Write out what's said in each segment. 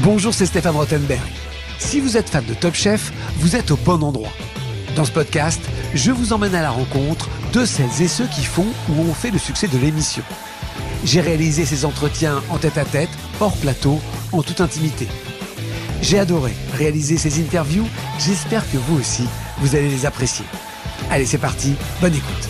Bonjour, c'est Stéphane Rothenberg. Si vous êtes fan de Top Chef, vous êtes au bon endroit. Dans ce podcast, je vous emmène à la rencontre de celles et ceux qui font ou ont fait le succès de l'émission. J'ai réalisé ces entretiens en tête-à-tête, hors plateau, en toute intimité. J'ai adoré réaliser ces interviews, j'espère que vous aussi, vous allez les apprécier. Allez, c'est parti, bonne écoute.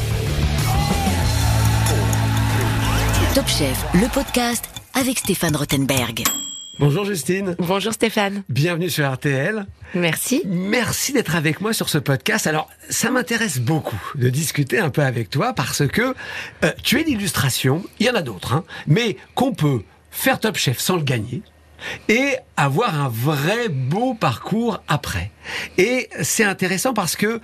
Top Chef, le podcast avec Stéphane Rothenberg. Bonjour Justine. Bonjour Stéphane. Bienvenue sur RTL. Merci. Merci d'être avec moi sur ce podcast. Alors, ça m'intéresse beaucoup de discuter un peu avec toi parce que tu es l'illustration, il y en a d'autres, mais qu'on peut faire Top Chef sans le gagner et avoir un vrai beau parcours après. Et c'est intéressant parce que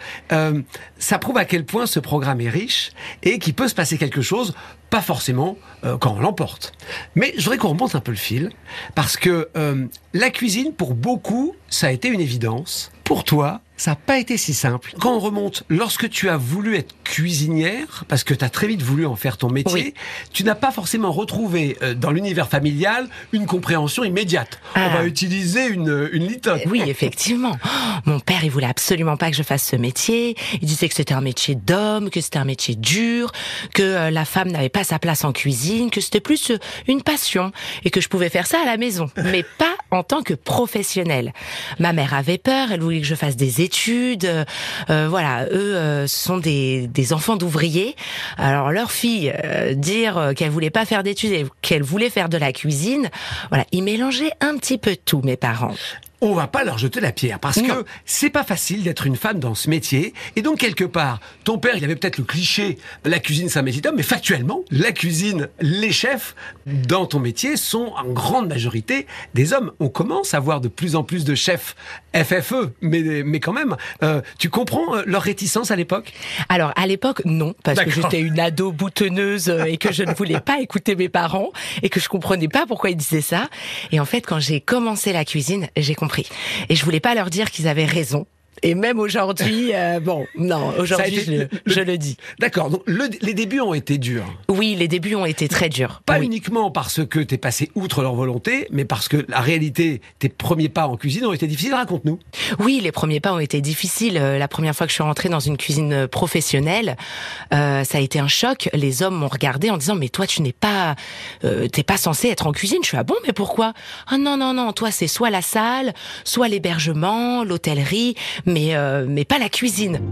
ça prouve à quel point ce programme est riche et qu'il peut se passer quelque chose, pas forcément quand on l'emporte. Mais je voudrais qu'on remonte un peu le fil parce que la cuisine, pour beaucoup, ça a été une évidence. Pour toi, ça n'a pas été si simple. Quand on remonte, lorsque tu as voulu être cuisinière, parce que tu as très vite voulu en faire ton métier, oui, tu n'as pas forcément retrouvé dans l'univers familial une compréhension immédiate. On va utiliser une litote. Oui, effectivement. Mon père, il voulait absolument pas que je fasse ce métier. Il disait que c'était un métier d'homme, que c'était un métier dur, que la femme n'avait pas sa place en cuisine, que c'était plus une passion et que je pouvais faire ça à la maison, mais pas en tant que professionnelle. Ma mère avait peur, elle voulait que je fasse des études. Voilà, eux sont des enfants d'ouvriers. Alors leur fille dire qu'elle voulait pas faire d'études et qu'elle voulait faire de la cuisine, voilà, ils mélangeaient un petit peu tout, mes parents. On va pas leur jeter la pierre parce que c'est pas facile d'être une femme dans ce métier. Et donc, quelque part, ton père, il avait peut-être le cliché, la cuisine, c'est un métier d'homme, mais factuellement, la cuisine, les chefs dans ton métier sont en grande majorité des hommes. On commence à voir de plus en plus de chefs FFE, mais quand même, tu comprends leur réticence à l'époque? Alors, à l'époque, non, parce que j'étais une ado boutonneuse et que je ne voulais pas écouter mes parents et que je comprenais pas pourquoi ils disaient ça. Et en fait, quand j'ai commencé la cuisine, j'ai compris. Et je voulais pas leur dire qu'ils avaient raison. Et même aujourd'hui, aujourd'hui, je le dis. D'accord, donc les débuts ont été durs. Oui, les débuts ont été très durs. Pas uniquement parce que t'es passé outre leur volonté, mais parce que la réalité, tes premiers pas en cuisine ont été difficiles. Raconte-nous. Oui, les premiers pas ont été difficiles. La première fois que je suis rentrée dans une cuisine professionnelle, ça a été un choc. Les hommes m'ont regardé en disant, mais toi, tu n'es pas, t'es pas censé être en cuisine. Je suis, ah bon, mais pourquoi? Ah non, toi, c'est soit la salle, soit l'hébergement, l'hôtellerie, mais pas la cuisine.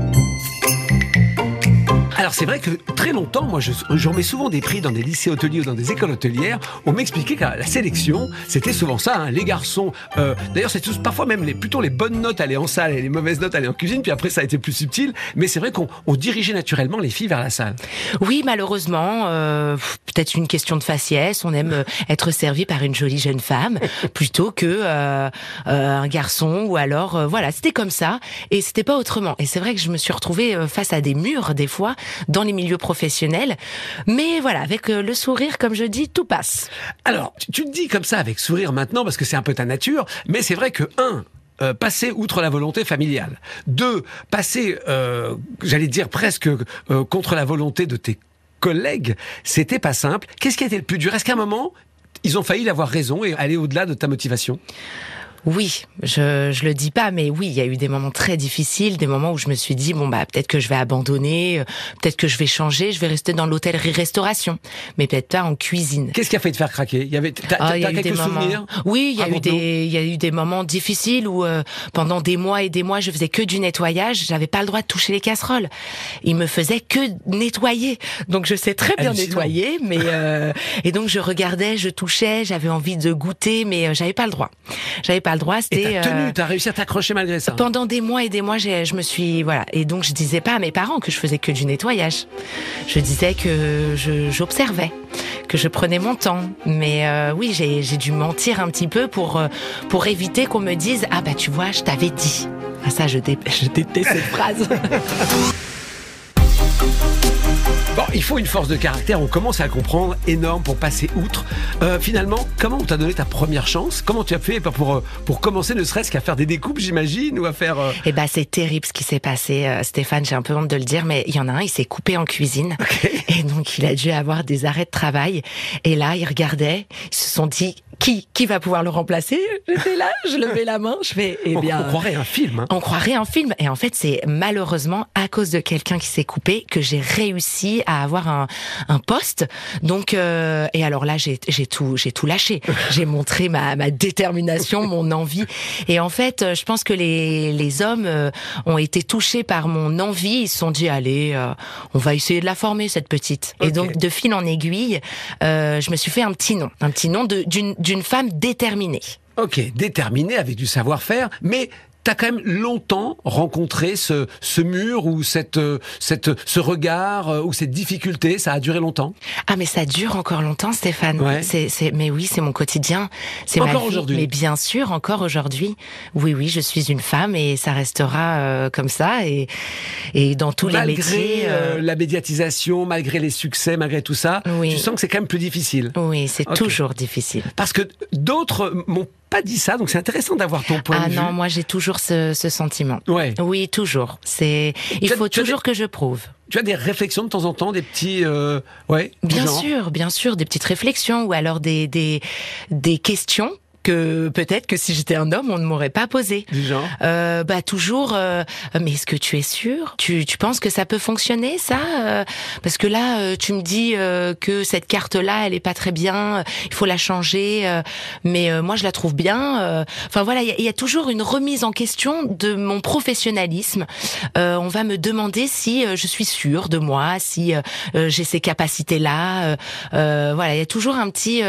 Alors c'est vrai que très longtemps, moi j'en mets souvent des prix dans des lycées hôteliers ou dans des écoles hôtelières, on m'expliquait que la sélection, c'était souvent ça, les garçons, d'ailleurs c'est parfois même plutôt les bonnes notes allaient en salle et les mauvaises notes allaient en cuisine, puis après ça a été plus subtil, mais c'est vrai qu'on dirigeait naturellement les filles vers la salle. Oui, malheureusement, peut-être une question de faciès, on aime être servi par une jolie jeune femme, plutôt que un garçon, ou alors, voilà, c'était comme ça, et c'était pas autrement. Et c'est vrai que je me suis retrouvée face à des murs, des fois, dans les milieux professionnels. Mais voilà, avec le sourire, comme je dis, tout passe. Alors, tu te dis comme ça avec sourire maintenant, parce que c'est un peu ta nature, mais c'est vrai que, passer outre la volonté familiale. 2, passer, j'allais dire presque contre la volonté de tes collègues, c'était pas simple. Qu'est-ce qui a été le plus dur? Est-ce qu'à un moment, ils ont failli avoir raison et aller au-delà de ta motivation? Oui, je le dis pas, mais oui, il y a eu des moments très difficiles, des moments où je me suis dit, bon bah peut-être que je vais abandonner, peut-être que je vais changer, je vais rester dans l'hôtellerie-restauration, mais peut-être pas en cuisine. Qu'est-ce qui a fait te faire craquer? T'as quelques souvenirs? Oui, il y a eu des moments difficiles où pendant des mois et des mois, je faisais que du nettoyage, j'avais pas le droit de toucher les casseroles. Ils me faisaient que nettoyer, donc je sais très bien nettoyer, mais et donc je regardais, je touchais, j'avais envie de goûter, mais j'avais pas le droit. C'était. Et t'as tenu, t'as réussi à t'accrocher malgré ça. Pendant des mois et des mois, je me suis, voilà. Et donc, je disais pas à mes parents que je faisais que du nettoyage. Je disais que j'observais, que je prenais mon temps. Mais oui, j'ai dû mentir un petit peu pour éviter qu'on me dise, ah bah tu vois, je t'avais dit. Ah ça, je déteste cette phrase. Bon, il faut une force de caractère, on commence à comprendre, énorme pour passer outre. Finalement, comment on t'a donné ta première chance? Comment tu as fait pour commencer, ne serait-ce qu'à faire des découpes, j'imagine, ou à faire... Eh ben, c'est terrible ce qui s'est passé, Stéphane, j'ai un peu honte de le dire, mais il y en a un, il s'est coupé en cuisine. Okay. Et donc, il a dû avoir des arrêts de travail. Et là, ils regardaient, ils se sont dit, qui va pouvoir le remplacer? J'étais là, je levais la main, je fais, on croirait un film. Hein. On croirait un film. Et en fait, c'est malheureusement à cause de quelqu'un qui s'est coupé que j'ai réussi à avoir un poste. Donc, et alors là, j'ai tout lâché. J'ai montré ma détermination, mon envie. Et en fait, je pense que les hommes ont été touchés par mon envie. Ils se sont dit, allez, on va essayer de la former, cette petite. Okay. Et donc, de fil en aiguille, je me suis fait un petit nom d'une femme déterminée. Ok, déterminée avec du savoir-faire, mais t'as quand même longtemps rencontré ce mur ou ce regard ou cette difficulté. Ça a duré longtemps? Ah, mais ça dure encore longtemps, Stéphane. Ouais. Mais oui, c'est mon quotidien. C'est encore ma vie. Aujourd'hui. Mais bien sûr, encore aujourd'hui. Oui, je suis une femme et ça restera comme ça et dans tous les métiers. Malgré la médiatisation, malgré les succès, malgré tout ça, oui. Tu sens que c'est quand même plus difficile. Oui, c'est toujours difficile. Parce que d'autres m'ont pas dit ça, donc c'est intéressant d'avoir ton point de vue. Ah non, moi j'ai toujours ce sentiment. Ouais. Oui, toujours. Il faut toujours que je prouve. Tu as des réflexions de temps en temps, des petits... Bien sûr, des petites réflexions ou alors des questions que peut-être que si j'étais un homme, on ne m'aurait pas posé. Du genre toujours, mais est-ce que tu es sûr? Tu penses que ça peut fonctionner, ça? Parce que là, tu me dis que cette carte-là, elle est pas très bien, il faut la changer, mais moi, je la trouve bien. Enfin voilà, il y a toujours une remise en question de mon professionnalisme. On va me demander si je suis sûre de moi, si j'ai ces capacités-là. Voilà, il y a toujours un petit...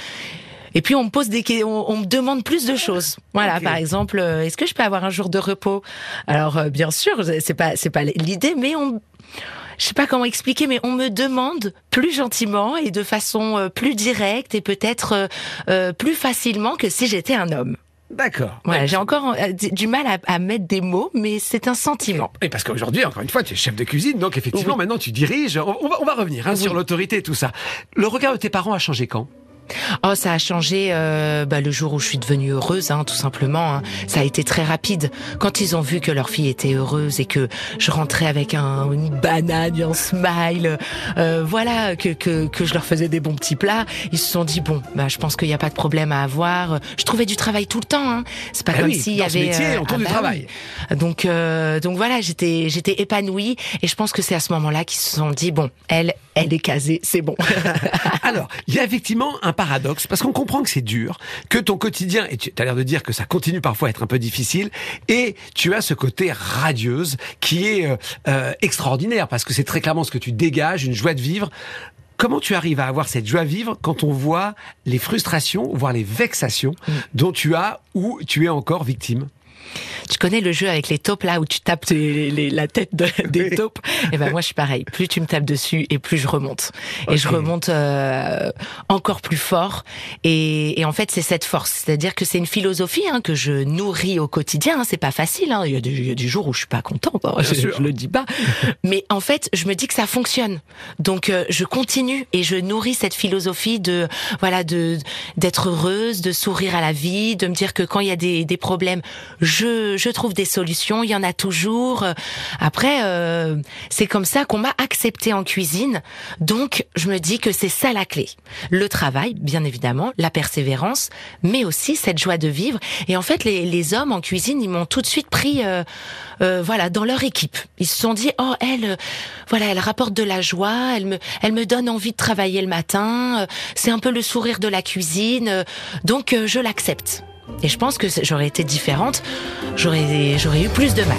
Et puis on me pose on me demande plus de choses. Voilà, okay. Par exemple, est-ce que je peux avoir un jour de repos? Alors bien sûr, c'est pas l'idée, mais je sais pas comment expliquer, mais on me demande plus gentiment et de façon plus directe et peut-être plus facilement que si j'étais un homme. D'accord. Voilà, j'ai encore du mal à mettre des mots, mais c'est un sentiment. Et parce qu'aujourd'hui, encore une fois, tu es chef de cuisine, donc effectivement, oui. Maintenant tu diriges. On va revenir oui. Sur l'autorité et tout ça. Le regard de tes parents a changé quand? Oh, ça a changé le jour où je suis devenue heureuse, tout simplement. Hein. Ça a été très rapide. Quand ils ont vu que leur fille était heureuse et que je rentrais avec une banane, un smile, voilà, que je leur faisais des bons petits plats, ils se sont dit je pense qu'il n'y a pas de problème à avoir. Je trouvais du travail tout le temps. Hein. C'est pas comme s'il y avait. Dans ce métier, on trouve du travail. Donc voilà, j'étais épanouie et je pense que c'est à ce moment-là qu'ils se sont dit elle est casée, c'est bon. Alors, il y a effectivement un paradoxe, parce qu'on comprend que c'est dur, que ton quotidien, et tu as l'air de dire que ça continue parfois à être un peu difficile, et tu as ce côté radieuse qui est extraordinaire, parce que c'est très clairement ce que tu dégages, une joie de vivre. Comment tu arrives à avoir cette joie de vivre quand on voit les frustrations, voire les vexations dont tu as ou tu es encore victime? Tu connais le jeu avec les taupes là où tu tapes la tête des taupes? Et ben moi je suis pareil. Plus tu me tapes dessus et plus je remonte. Okay. Et je remonte encore plus fort. Et en fait c'est cette force. C'est-à-dire que c'est une philosophie que je nourris au quotidien. C'est pas facile. Il y a des jours où je suis pas contente. Je le dis pas. Mais en fait je me dis que ça fonctionne. Donc je continue et je nourris cette philosophie d'être heureuse, de sourire à la vie, de me dire que quand il y a des problèmes, je trouve des solutions, il y en a toujours. Après, c'est comme ça qu'on m'a acceptée en cuisine. Donc, je me dis que c'est ça la clé. Le travail, bien évidemment, la persévérance, mais aussi cette joie de vivre. Et en fait, les hommes en cuisine, ils m'ont tout de suite pris dans leur équipe. Ils se sont dit, elle rapporte de la joie, elle me donne envie de travailler le matin, c'est un peu le sourire de la cuisine, donc je l'accepte. Et je pense que j'aurais été différente, j'aurais eu plus de mal.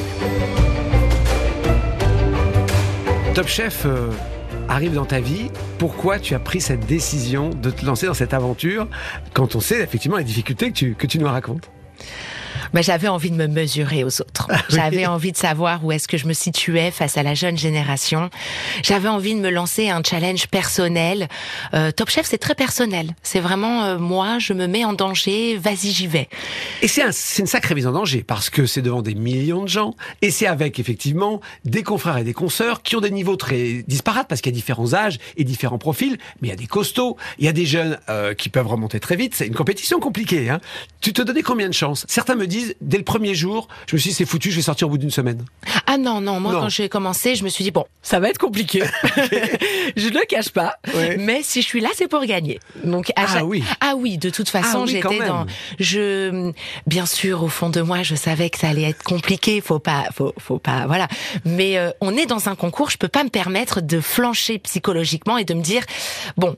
Top Chef arrive dans ta vie. Pourquoi tu as pris cette décision de te lancer dans cette aventure quand on sait effectivement les difficultés que tu nous racontes? Bah, j'avais envie de me mesurer aux autres. J'avais envie de savoir où est-ce que je me situais face à la jeune génération. J'avais envie de me lancer un challenge personnel. Top Chef, c'est très personnel. C'est vraiment moi, je me mets en danger, vas-y, j'y vais. Et c'est une sacrée mise en danger, parce que c'est devant des millions de gens, et c'est avec, effectivement, des confrères et des consoeurs qui ont des niveaux très disparates, parce qu'il y a différents âges et différents profils, mais il y a des costauds, il y a des jeunes qui peuvent remonter très vite. C'est une compétition compliquée, hein. Tu te donnais combien de chances? Certains me disent, dès le premier jour, je me suis dit, c'est foutu, je vais sortir au bout d'une semaine. Ah non, moi quand j'ai commencé, je me suis dit, bon, ça va être compliqué. Je ne le cache pas, mais si je suis là, c'est pour gagner. Donc, oui, de toute façon, j'étais dans... Bien sûr, au fond de moi, je savais que ça allait être compliqué, faut pas, voilà. Mais on est dans un concours, je peux pas me permettre de flancher psychologiquement et de me dire, bon,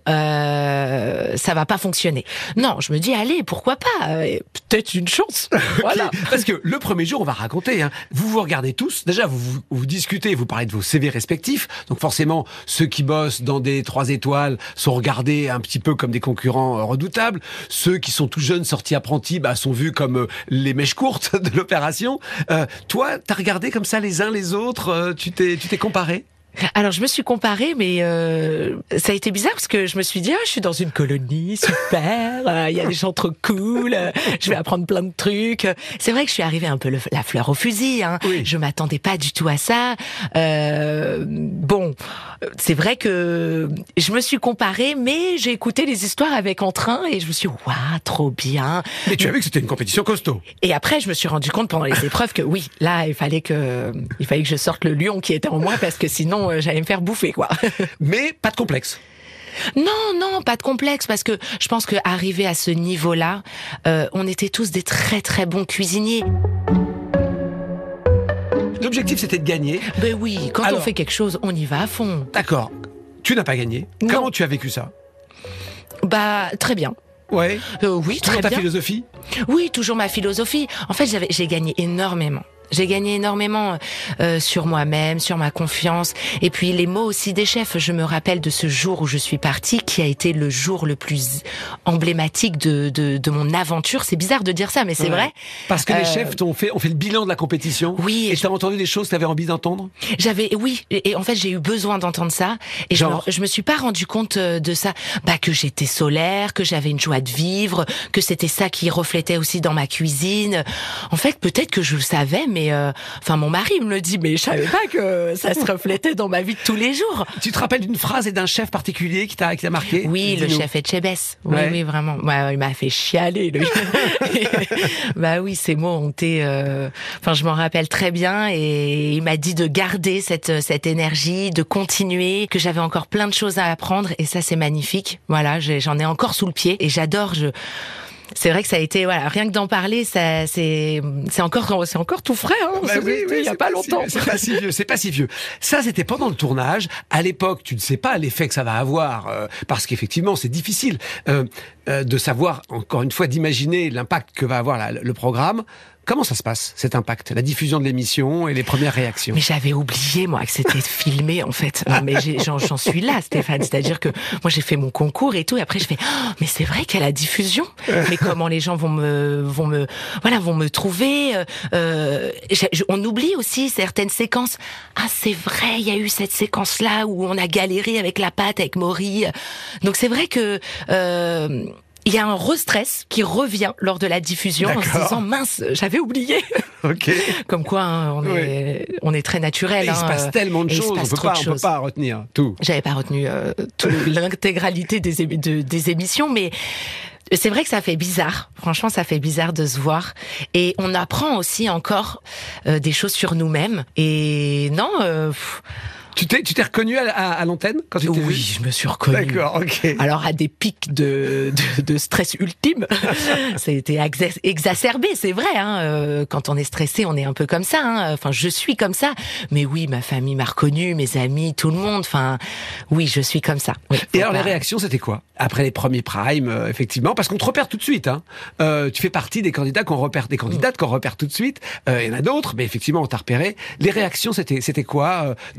ça va pas fonctionner. Non, je me dis, allez, pourquoi pas, peut-être une chance. Voilà. Parce que le premier jour, on va raconter, hein, vous regardez tous, déjà vous discutez, vous parlez de vos CV respectifs, donc forcément ceux qui bossent dans des 3 étoiles sont regardés un petit peu comme des concurrents redoutables, ceux qui sont tout jeunes sortis apprentis sont vus comme les mèches courtes de l'opération. Toi, t'as regardé comme ça les uns les autres, tu t'es comparé? Alors je me suis comparée, mais ça a été bizarre parce que je me suis dit je suis dans une colonie super, il y a des gens trop cool, je vais apprendre plein de trucs. C'est vrai que je suis arrivée un peu la fleur au fusil, hein. Oui. Je m'attendais pas du tout à ça. Bon, c'est vrai que je me suis comparée, mais j'ai écouté les histoires avec entrain et je me suis dit waouh, trop bien. Mais tu as vu que c'était une compétition costaud. Et après je me suis rendu compte pendant les épreuves que oui, là il fallait que je sorte le lion qui était en moi parce que sinon j'allais me faire bouffer, quoi. Mais pas de complexe. Non, pas de complexe, parce que je pense qu'arriver à ce niveau-là, on était tous des très très bons cuisiniers. L'objectif, c'était de gagner. Ben oui, quand on fait quelque chose, on y va à fond. D'accord. Tu n'as pas gagné. Non. Comment tu as vécu ça? Très bien. Ouais. Oui, très bien. Ta philosophie? Oui, toujours ma philosophie. En fait, j'ai gagné énormément. J'ai gagné énormément sur moi-même, sur ma confiance. Et puis les mots aussi des chefs. Je me rappelle de ce jour où je suis partie, qui a été le jour le plus emblématique de mon aventure. C'est bizarre de dire ça, mais c'est vrai. Parce que les chefs ont fait le bilan de la compétition. Oui. Et tu as entendu des choses que tu avais envie d'entendre? Oui. Et en fait, j'ai eu besoin d'entendre ça. Et je me suis pas rendu compte de ça. Que j'étais solaire, que j'avais une joie de vivre, que c'était ça qui reflétait aussi dans ma cuisine. En fait, peut-être que je le savais, mais mon mari me le dit, mais je savais pas que ça se reflétait dans ma vie de tous les jours. Tu te rappelles d'une phrase et d'un chef particulier qui t'a marqué? Oui, le chef Etchebest. Oui, vraiment. Il m'a fait chialer, lui. Oui, ces mots ont été... je m'en rappelle très bien, et il m'a dit de garder cette énergie, de continuer, que j'avais encore plein de choses à apprendre, et ça, c'est magnifique. Voilà, j'en ai encore sous le pied, et j'adore... C'est vrai que ça a été, rien que d'en parler, ça, c'est encore tout frais, hein. Il y a pas longtemps. C'est pas si vieux. Ça, c'était pendant le tournage. À l'époque, tu ne sais pas l'effet que ça va avoir, parce qu'effectivement, c'est difficile, de savoir, encore une fois, d'imaginer l'impact que va avoir le programme. Comment ça se passe, cet impact, la diffusion de l'émission et les premières réactions? Mais j'avais oublié, moi, que c'était filmé, en fait. Non, mais j'en suis là, Stéphane. C'est-à-dire que moi, j'ai fait mon concours et tout, et après, je fais, mais c'est vrai qu'il y a la diffusion. Mais comment les gens vont me trouver. On oublie aussi certaines séquences. Ah, c'est vrai, il y a eu cette séquence-là où on a galéré avec la pâte, avec Maury. Donc, c'est vrai que... il y a un re-stress qui revient lors de la diffusion. D'accord. En se disant mince, j'avais oublié. Ok. Comme quoi, on est très naturel. Il se passe tellement de choses, on peut pas retenir tout. J'avais pas retenu l'intégralité des émissions, mais c'est vrai que ça fait bizarre. Franchement, ça fait bizarre de se voir. Et on apprend aussi encore des choses sur nous-mêmes. Et non... Tu t'es reconnu à l'antenne quand tu t'es vu? Oui, je me suis reconnu. D'accord, ok. Alors à des pics de stress ultime, ça a été exacerbé, c'est vrai. Hein. Quand on est stressé, on est un peu comme ça. Hein. Enfin, je suis comme ça. Mais oui, ma famille m'a reconnu, mes amis, tout le monde. Enfin, oui, je suis comme ça. Oui, et alors les réactions, c'était quoi après les premiers primes, effectivement, parce qu'on te repère tout de suite. Hein. Tu fais partie des candidats qu'on repère, des candidates qu'on repère tout de suite. Il y en a d'autres, mais effectivement, on t'a repéré. Les réactions, c'était quoi dans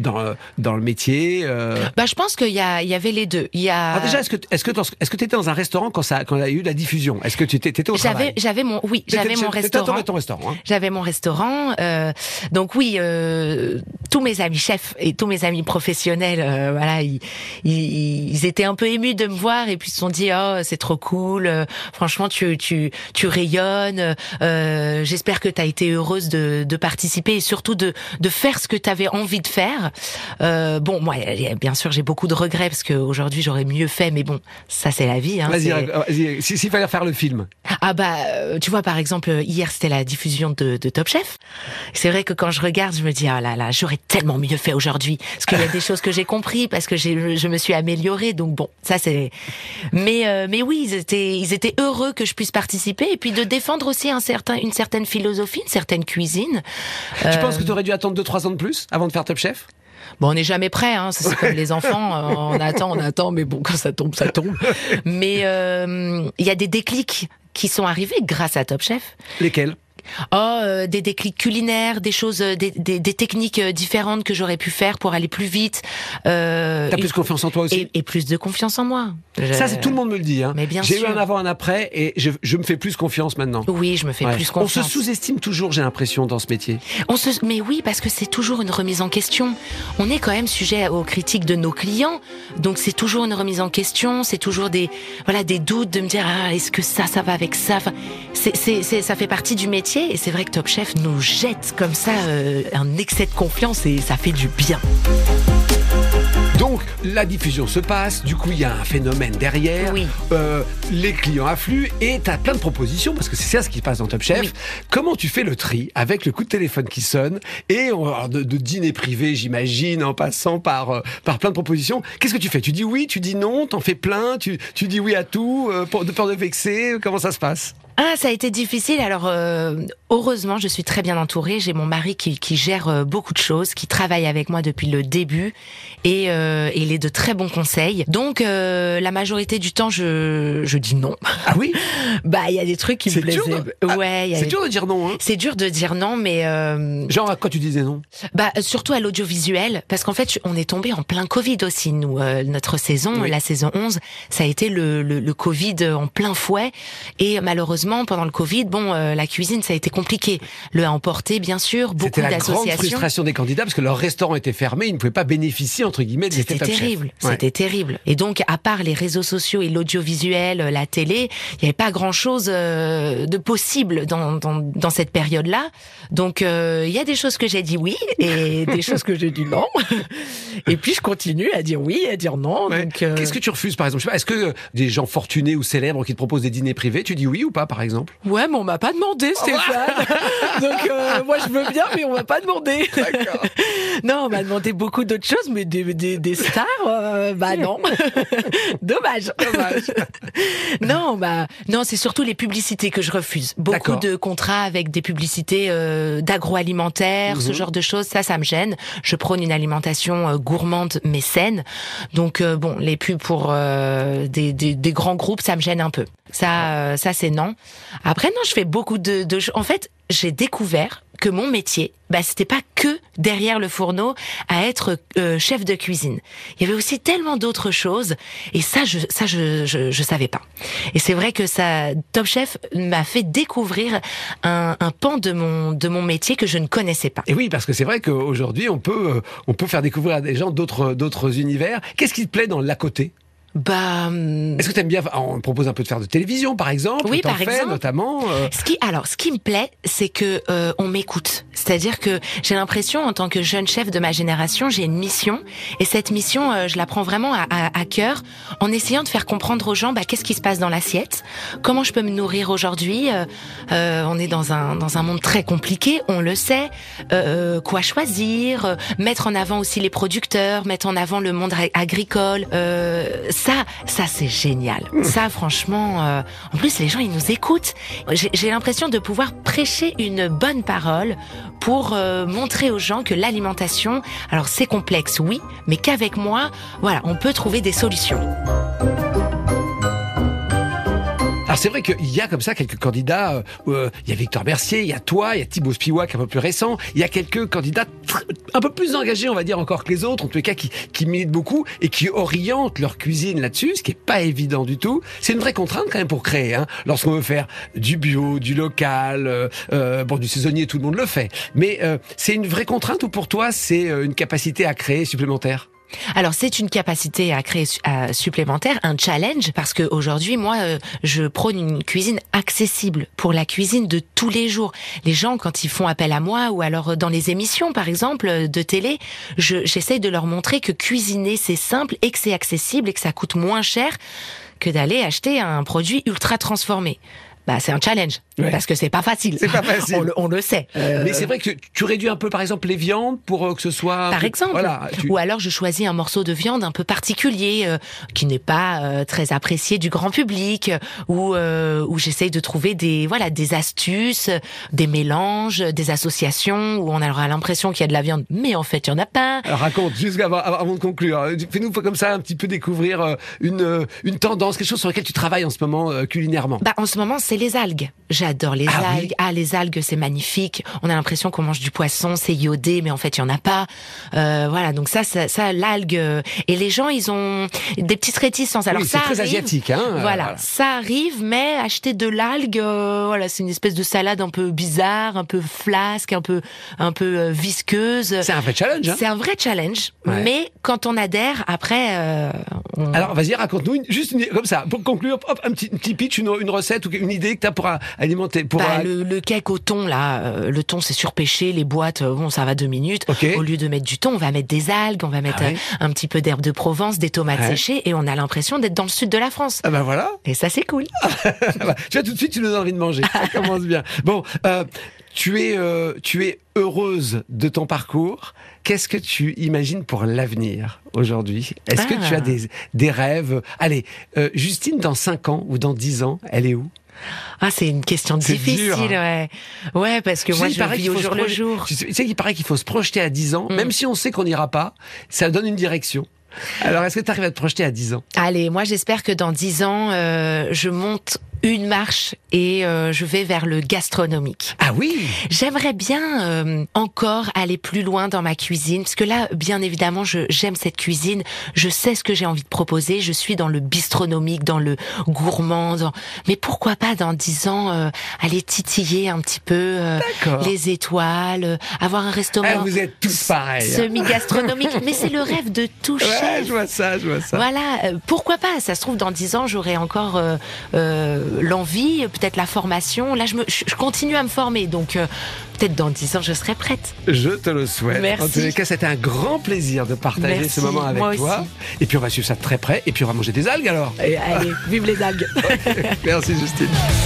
dans le métier Bah, je pense qu'il y avait les deux. Alors déjà, est-ce que tu étais dans un restaurant quand il y a eu la diffusion? Est-ce que tu étais au travail? J'avais mon restaurant. T'étais ton restaurant, hein. J'avais mon restaurant. Donc oui, tous mes amis chefs et tous mes amis professionnels, voilà, ils étaient un peu émus de me voir et puis ils se sont dit oh c'est trop cool, franchement tu rayonnes, j'espère que t'as été heureuse de participer et surtout de faire ce que t'avais envie de faire. Bon moi bien sûr j'ai beaucoup de regrets parce qu'aujourd'hui j'aurais mieux fait, mais bon ça c'est la vie. Hein, vas-y, s'il fallait faire le film. Ah bah tu vois par exemple hier c'était la diffusion de Top Chef. C'est vrai que quand je regarde je me dis ah là là j'aurais tellement mieux fait aujourd'hui parce qu'il y a des choses que j'ai compris parce que je me suis améliorée, donc bon ça c'est mais oui ils étaient heureux que je puisse participer et puis de défendre aussi une certaine philosophie, une certaine cuisine. Tu penses que tu aurais dû attendre 2-3 ans de plus avant de faire Top Chef? Bon, on n'est jamais prêt, hein. C'est comme les enfants, on attend, mais bon, quand ça tombe, ça tombe. Mais il y a des déclics qui sont arrivés grâce à Top Chef. Lesquels? Des déclics culinaires, des choses, des techniques différentes que j'aurais pu faire pour aller plus vite. T'as plus confiance en toi aussi? Et plus de confiance en moi. Ça, c'est tout le monde me le dit, hein. Mais bien J'ai sûr. eu un avant, un après, et je me fais plus confiance maintenant. Oui, je me fais plus confiance. On se sous-estime toujours, j'ai l'impression, dans ce métier. Mais oui, parce que c'est toujours une remise en question. On est quand même sujet aux critiques de nos clients, donc c'est toujours une remise en question, c'est toujours des doutes de me dire est-ce que ça va avec ça. Enfin, ça fait partie du métier. Et c'est vrai que Top Chef nous jette comme ça un excès de confiance et ça fait du bien. Donc, la diffusion se passe, du coup, il y a un phénomène derrière, oui. Les clients affluent et tu as plein de propositions, parce que c'est ça ce qui se passe dans Top Chef. Oui. Comment tu fais le tri avec le coup de téléphone qui sonne et de dîner privé, j'imagine, en passant par plein de propositions? Qu'est-ce que tu fais? Tu dis oui, tu dis non, t'en fais plein, tu dis oui à tout, de peur de vexer, comment ça se passe? Ça a été difficile. Alors, heureusement, je suis très bien entourée. J'ai mon mari qui gère beaucoup de choses, qui travaille avec moi depuis le début et il est de très bons conseils. Donc, la majorité du temps, je dis non. Ah oui? Bah, il y a des trucs qui me plaisaient. Ouais. C'est dur de dire non, hein? C'est dur de dire non, mais genre à quoi tu disais non? Bah, surtout à l'audiovisuel, parce qu'en fait, on est tombé en plein Covid aussi. Nous, notre saison, oui. La saison 11, ça a été le Covid en plein fouet et malheureusement pendant le Covid, la cuisine ça a été compliqué. Le à emporter bien sûr, beaucoup d'associations. C'était la grande frustration des candidats parce que leur restaurant était fermé, ils ne pouvaient pas bénéficier entre guillemets de l'effet Top Chef. C'était terrible. Et donc à part les réseaux sociaux et l'audiovisuel, la télé, il n'y avait pas grand-chose de possible dans cette période-là. Donc il y a des choses que j'ai dit oui et des choses que j'ai dit non. Et puis je continue à dire oui, à dire non. Ouais. Donc qu'est-ce que tu refuses par exemple? Je sais pas, est-ce que des gens fortunés ou célèbres qui te proposent des dîners privés, tu dis oui ou pas par exemple? Ouais, mais on m'a pas demandé, Stéphane. Donc moi je veux bien, mais on m'a pas demandé. D'accord. Non, on m'a demandé beaucoup d'autres choses, mais des stars, non. Dommage. Non, c'est surtout les publicités que je refuse. Beaucoup de contrats avec des publicités d'agroalimentaire, ce genre de choses, ça me gêne. Je prône une alimentation gourmande mais saine. Donc les pubs pour des grands groupes, ça me gêne un peu. Ça c'est non. Après non, je fais beaucoup de en fait, j'ai découvert que mon métier, c'était pas que derrière le fourneau à être chef de cuisine. Il y avait aussi tellement d'autres choses et ça je savais pas. Et c'est vrai que Top Chef m'a fait découvrir un pan de mon métier que je ne connaissais pas. Et oui, parce que c'est vrai qu'aujourd'hui on peut faire découvrir à des gens d'autres univers. Qu'est-ce qui te plaît dans l'à côté? Est-ce que t'aimes bien, on propose un peu de faire de télévision, par exemple? Oui, par exemple. Notamment. Ce qui me plaît, c'est que on m'écoute. C'est-à-dire que j'ai l'impression, en tant que jeune chef de ma génération, j'ai une mission, et cette mission, je la prends vraiment à cœur, en essayant de faire comprendre aux gens, qu'est-ce qui se passe dans l'assiette, comment je peux me nourrir aujourd'hui. On est dans un monde très compliqué, on le sait. Quoi choisir, mettre en avant aussi les producteurs, mettre en avant le monde agricole. Ça c'est génial. Ça franchement, en plus les gens ils nous écoutent. J'ai l'impression de pouvoir prêcher une bonne parole pour montrer aux gens que l'alimentation, alors c'est complexe oui, mais qu'avec moi, voilà, on peut trouver des solutions. Alors c'est vrai qu'il y a comme ça quelques candidats, il y a Victor Mercier, il y a toi, il y a Thibaut Spivak un peu plus récent, il y a quelques candidats un peu plus engagés, on va dire, encore que les autres, en tous les cas qui militent beaucoup et qui orientent leur cuisine là-dessus, ce qui est pas évident du tout. C'est une vraie contrainte quand même pour créer, hein, lorsqu'on veut faire du bio, du local, du saisonnier, tout le monde le fait. Mais c'est une vraie contrainte ou pour toi c'est une capacité à créer supplémentaire? Alors c'est une capacité à créer supplémentaire, un challenge, parce que aujourd'hui moi je prône une cuisine accessible pour la cuisine de tous les jours. Les gens quand ils font appel à moi ou alors dans les émissions par exemple de télé, j'essaye de leur montrer que cuisiner c'est simple et que c'est accessible et que ça coûte moins cher que d'aller acheter un produit ultra transformé. C'est un challenge, parce que c'est pas facile. C'est pas facile. On le sait. Mais c'est vrai que tu réduis un peu, par exemple, les viandes pour que ce soit... Par exemple. Voilà, Ou alors je choisis un morceau de viande un peu particulier, qui n'est pas très apprécié du grand public, où j'essaye de trouver des astuces, des mélanges, des associations, où on aura l'impression qu'il y a de la viande, mais en fait il y en a pas. Alors raconte, juste avant de conclure, fais-nous comme ça un petit peu découvrir une tendance, quelque chose sur lequel tu travailles en ce moment culinairement. En ce moment, c'est les algues. J'adore les algues. Oui. Les algues, c'est magnifique. On a l'impression qu'on mange du poisson, c'est iodé, mais en fait, il y en a pas. Donc ça, l'algue. Et les gens, ils ont des petites réticences. Alors ça c'est très asiatique, hein. Voilà, ça arrive, mais acheter de l'algue, c'est une espèce de salade un peu bizarre, un peu flasque, un peu visqueuse. C'est un vrai challenge, hein. C'est un vrai challenge. Ouais. Mais quand on adhère, après, Alors, vas-y, raconte-nous comme ça, pour conclure, un petit pitch, une recette ou une idée que t'as pour alimenter. Le cake au thon, là, le thon c'est surpêché, les boîtes, ça va 2 minutes. Okay. Au lieu de mettre du thon, on va mettre des algues, on va mettre un petit peu d'herbe de Provence, des tomates séchées, et on a l'impression d'être dans le sud de la France. Ah ben voilà. Et ça c'est cool. Tu vois, tout de suite, tu nous as envie de manger. Ça commence bien. Bon, tu es heureuse de ton parcours. Qu'est-ce que tu imagines pour l'avenir aujourd'hui? Est-ce que tu as des rêves? Allez, Justine, dans 5 ans ou dans 10 ans, elle est où? C'est une question difficile, dur, hein. Ouais, parce que moi, je vis au jour le jour. Tu sais qu'il paraît qu'il faut se projeter à 10 ans, même si on sait qu'on n'ira pas, ça donne une direction. Alors, est-ce que tu arrives à te projeter à 10 ans? Allez, moi, j'espère que dans 10 ans, je monte une marche et je vais vers le gastronomique. Ah oui. J'aimerais bien encore aller plus loin dans ma cuisine, parce que là, bien évidemment, j'aime cette cuisine, je sais ce que j'ai envie de proposer, je suis dans le bistronomique, dans le gourmand, mais pourquoi pas dans 10 ans aller titiller un petit peu les étoiles, avoir un restaurant. Vous êtes tous pareils. Semi-gastronomique, mais c'est le rêve de tout chef. Ouais, je vois ça. Voilà, pourquoi pas? Ça se trouve dans 10 ans, j'aurai encore l'envie, peut-être la formation. Là, je continue à me former, donc peut-être dans 10 ans, je serai prête. Je te le souhaite. Merci. En tous les cas, c'était un grand plaisir de partager ce moment avec toi. Aussi. Et puis, on va suivre ça de très près. Et puis, on va manger des algues, alors. Allez, vive les algues. Merci, Justine.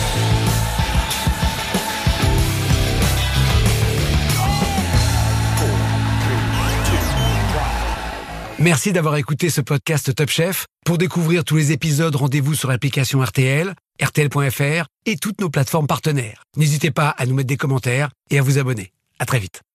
Merci d'avoir écouté ce podcast Top Chef. Pour découvrir tous les épisodes, rendez-vous sur l'application RTL, RTL.fr et toutes nos plateformes partenaires. N'hésitez pas à nous mettre des commentaires et à vous abonner. À très vite.